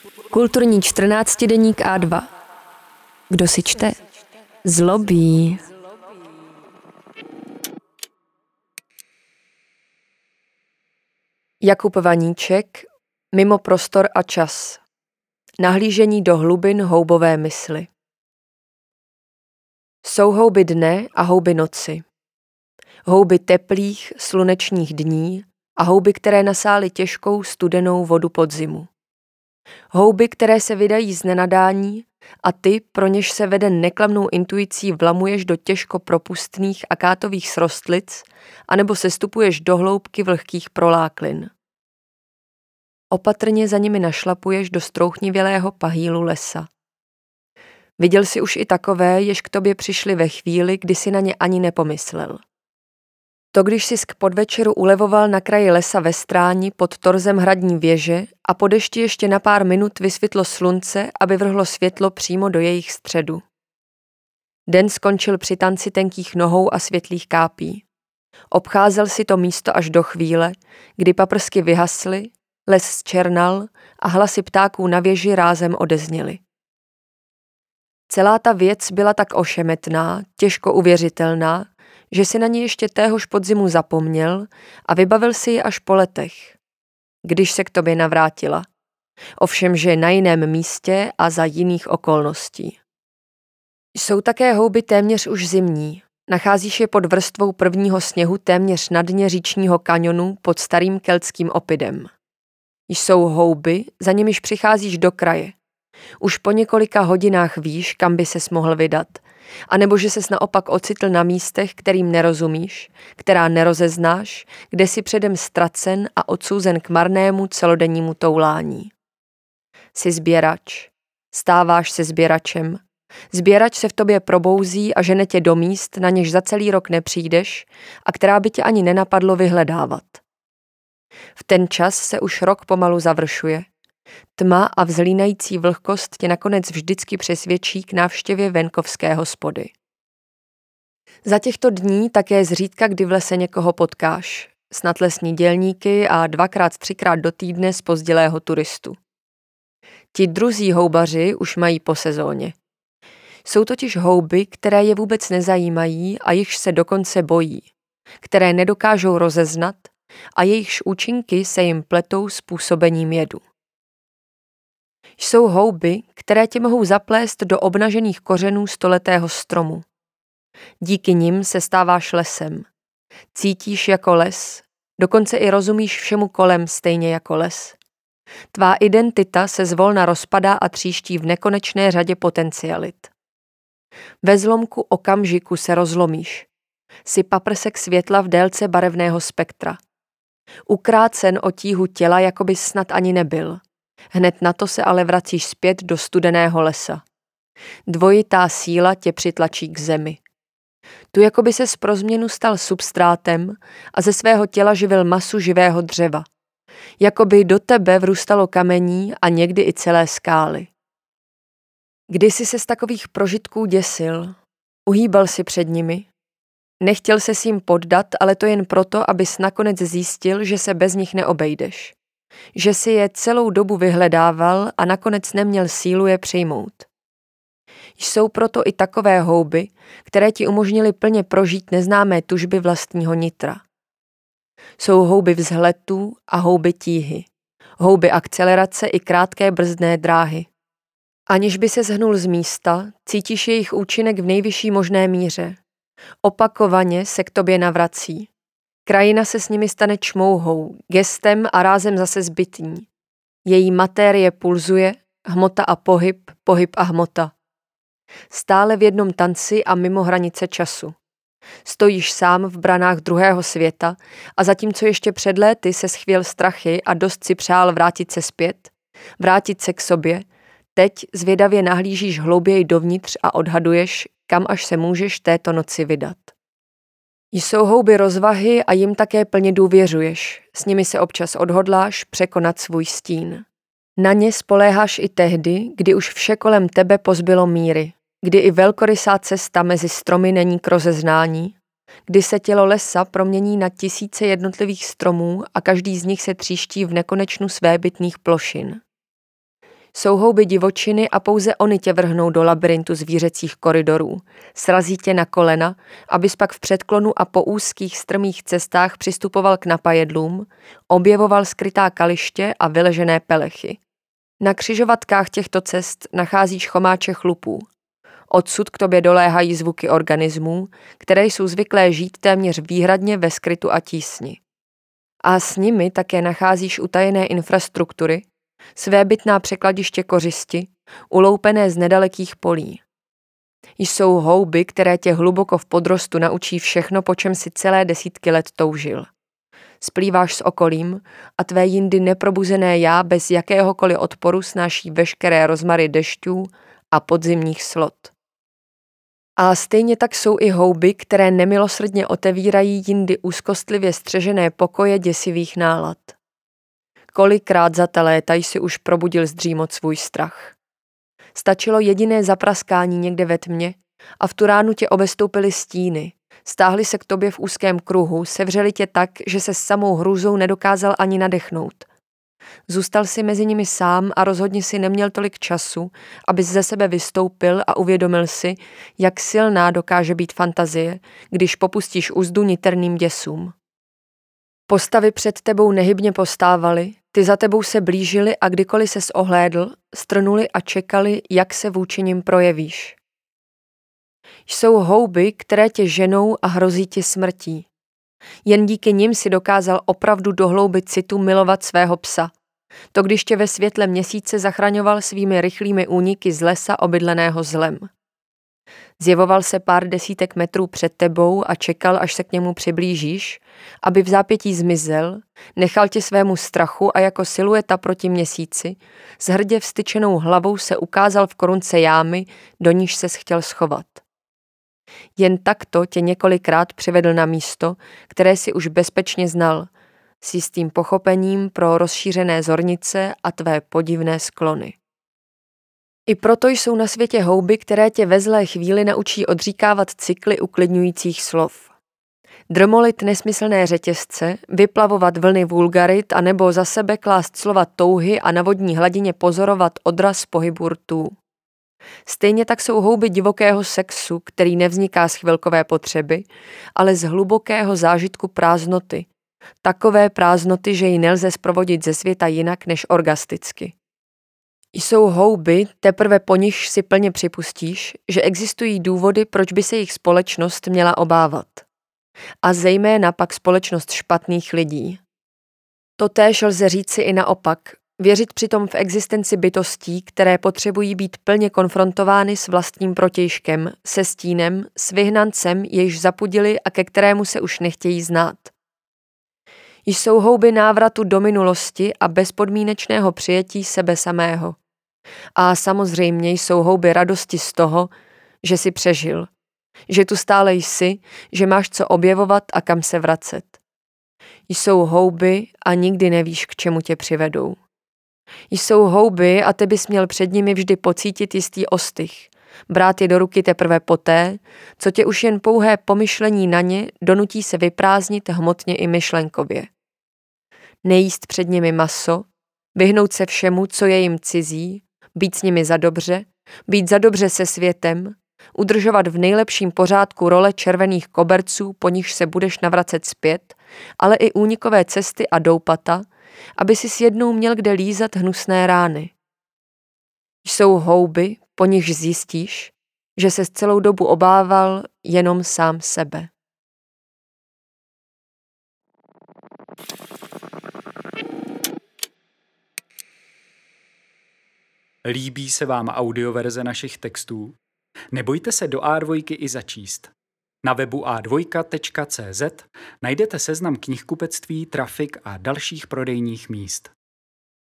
Kulturní 14denník A2. Kdo si čte? Zlobí. Jakub Vaníček, Mimo prostor a čas. Nahlížení do hlubin houbové mysli. Jsou houby dne a houby noci. Houby teplých, slunečních dní a houby, které nasály těžkou, studenou vodu podzimu. Houby, které se vydají z nenadání a ty, pro něž se veden neklamnou intuicí vlamuješ do těžko propustných a kátových srostlic anebo sestupuješ do hloubky vlhkých proláklin. Opatrně za nimi našlapuješ do strouchnivělého pahýlu lesa. Viděl jsi už i takové, jež k tobě přišli ve chvíli, kdy si na ně ani nepomyslel. To, když jsi k podvečeru ulevoval na kraji lesa ve stráni pod torzem hradní věže a po dešti ještě na pár minut vysvětlo slunce, aby vrhlo světlo přímo do jejich středu. Den skončil při tanci tenkých nohou a světlých kápí. Obcházel si to místo až do chvíle, kdy paprsky vyhasly, les zčernal a hlasy ptáků na věži rázem odezněly. Celá ta věc byla tak ošemetná, těžko uvěřitelná, že si na ní ještě téhož podzimu zapomněl a vybavil si ji až po letech, když se k tobě navrátila. Ovšem, že na jiném místě a za jiných okolností. Jsou také houby téměř už zimní. Nacházíš je pod vrstvou prvního sněhu téměř na dně říčního kaňonu pod starým keltským opidem. Jsou houby, za nimiž přicházíš do kraje. Už po několika hodinách víš, kam by ses mohl vydat, anebo že ses naopak ocitl na místech, kterým nerozumíš, která nerozeznáš, kde si předem ztracen a odsouzen k marnému celodennímu toulání. Jsi sběrač, stáváš se sběračem, sběrač se v tobě probouzí a žene tě do míst, na něž za celý rok nepřijdeš a která by tě ani nenapadlo vyhledávat. V ten čas se už rok pomalu završuje. Tma a vzlínající vlhkost tě nakonec vždycky přesvědčí k návštěvě venkovské hospody. Za těchto dní také zřídka kdy v lese někoho potkáš, snad lesní dělníky a 2x, 3x do týdne zpozdilého turistu. Ti druzí houbaři už mají po sezóně. Jsou totiž houby, které je vůbec nezajímají a jichž se dokonce bojí, které nedokážou rozeznat a jejichž účinky se jim pletou způsobením jedu. Jsou houby, které tě mohou zaplést do obnažených kořenů stoletého stromu. Díky nim se stáváš lesem. Cítíš jako les, dokonce i rozumíš všemu kolem stejně jako les. Tvá identita se zvolna rozpadá a tříští v nekonečné řadě potencialit. Ve zlomku okamžiku se rozlomíš. Jsi paprsek světla v délce barevného spektra. Ukrácen o tíhu těla, jako bys snad ani nebyl. Hned na to se ale vracíš zpět do studeného lesa. Dvojitá síla tě přitlačí k zemi. Tu jako by ses pro změnu stal substrátem a ze svého těla živil masu živého dřeva. Jakoby do tebe vrůstalo kamení a někdy i celé skály. Kdysi se z takových prožitků děsil, uhýbal si před nimi. Nechtěl se s jim poddat, ale to jen proto, abys nakonec zjistil, že se bez nich neobejdeš. Že si je celou dobu vyhledával a nakonec neměl sílu je přijmout. Jsou proto i takové houby, které ti umožnily plně prožít neznámé tužby vlastního nitra. Jsou houby vzhletů a houby tíhy, houby akcelerace i krátké brzdné dráhy. Aniž by se zhnul z místa, cítíš jejich účinek v nejvyšší možné míře. Opakovaně se k tobě navrací. Krajina se s nimi stane čmouhou, gestem a rázem zase zbytní. Její matérie pulzuje, hmota a pohyb, pohyb a hmota. Stále v jednom tanci a mimo hranice času. Stojíš sám v branách druhého světa a zatímco ještě před léty se schvěl strachy a dost si přál vrátit se zpět, vrátit se k sobě, teď zvědavě nahlížíš hlouběji dovnitř a odhaduješ, kam až se můžeš této noci vydat. Jsou houby rozvahy a jim také plně důvěřuješ, s nimi se občas odhodláš překonat svůj stín. Na ně spoléháš i tehdy, kdy už vše kolem tebe pozbylo míry, kdy i velkorysá cesta mezi stromy není k rozeznání, kdy se tělo lesa promění na tisíce jednotlivých stromů a každý z nich se tříští v nekonečnu svébytných plošin. Jsou houby divočiny a pouze oni tě vrhnou do labyrintu zvířecích koridorů. Srazí tě na kolena, abys pak v předklonu a po úzkých strmých cestách přistupoval k napajedlům, objevoval skrytá kaliště a vyležené pelechy. Na křižovatkách těchto cest nacházíš chomáče chlupů. Odsud k tobě doléhají zvuky organismů, které jsou zvyklé žít téměř výhradně ve skrytu a tísni. A s nimi také nacházíš utajené infrastruktury, svébytná překladiště kořisti, uloupené z nedalekých polí. Jsou houby, které tě hluboko v podrostu naučí všechno, po čem si celé desítky let toužil. Splýváš s okolím a tvé jindy neprobuzené já bez jakéhokoliv odporu snáší veškeré rozmary dešťů a podzimních slot. A stejně tak jsou i houby, které nemilosrdně otevírají jindy úzkostlivě střežené pokoje děsivých nálad. Kolikrát za ta léta jsi už probudil z dřímot svůj strach. Stačilo jediné zapraskání někde ve tmě a v tu ránu tě obestoupily stíny, stáhli se k tobě v úzkém kruhu, sevřeli tě tak, že se s samou hrůzou nedokázal ani nadechnout. Zůstal si mezi nimi sám a rozhodně si neměl tolik času, abys ze sebe vystoupil a uvědomil si, jak silná dokáže být fantazie, když popustíš uzdu niterným děsům. Postavy před tebou nehybně postávaly, ty za tebou se blížily a kdykoliv ses ohlédl, strnuli a čekali, jak se vůči nim projevíš. Jsou houby, které tě ženou a hrozí ti smrtí. Jen díky nim si dokázal opravdu do hlouby citu milovat svého psa. To když tě ve světle měsíce zachraňoval svými rychlými úniky z lesa obydleného zlem. Zjevoval se pár desítek metrů před tebou a čekal, až se k němu přiblížíš, aby v zápětí zmizel, nechal tě svému strachu a jako silueta proti měsíci s hrdě vstyčenou hlavou se ukázal v korunce jámy, do níž ses chtěl schovat. Jen takto tě několikrát přivedl na místo, které si už bezpečně znal, s jistým pochopením pro rozšířené zornice a tvé podivné sklony. I proto jsou na světě houby, které tě ve zlé chvíli naučí odříkávat cykly uklidňujících slov. Drmolit nesmyslné řetězce, vyplavovat vlny vulgarit a nebo za sebe klást slova touhy a na vodní hladině pozorovat odraz pohybu rtů. Stejně tak jsou houby divokého sexu, který nevzniká z chvilkové potřeby, ale z hlubokého zážitku prázdnoty. Takové prázdnoty, že ji nelze zprovodit ze světa jinak než orgasticky. Jsou houby, teprve po nich si plně připustíš, že existují důvody, proč by se jich společnost měla obávat. A zejména pak společnost špatných lidí. Totéž lze říci i naopak, věřit přitom v existenci bytostí, které potřebují být plně konfrontovány s vlastním protějškem, se stínem, s vyhnancem, jejž zapudili a ke kterému se už nechtějí znát. Jsou houby návratu do minulosti a bezpodmínečného přijetí sebe samého. A samozřejmě jsou houby radosti z toho, že jsi přežil, že tu stále jsi, že máš co objevovat a kam se vracet. Jsou houby a nikdy nevíš, k čemu tě přivedou. Jsou houby a ty bys měl před nimi vždy pocítit jistý ostych, brát je do ruky teprve poté, co tě už jen pouhé pomyšlení na ně donutí se vyprázdnit hmotně i myšlenkově. Nejíst před nimi maso, vyhnout se všemu, co je jim cizí, být s nimi být za dobře se světem, udržovat v nejlepším pořádku role červených koberců, po nichž se budeš navracet zpět, ale i únikové cesty a doupata, aby si s jednou měl kde lízat hnusné rány. Jsou houby, po nichž zjistíš, že se celou dobu obával jenom sám sebe. Líbí se vám audioverze našich textů? Nebojte se do A2 i začíst. Na webu a2.cz najdete seznam knihkupectví, trafik a dalších prodejních míst.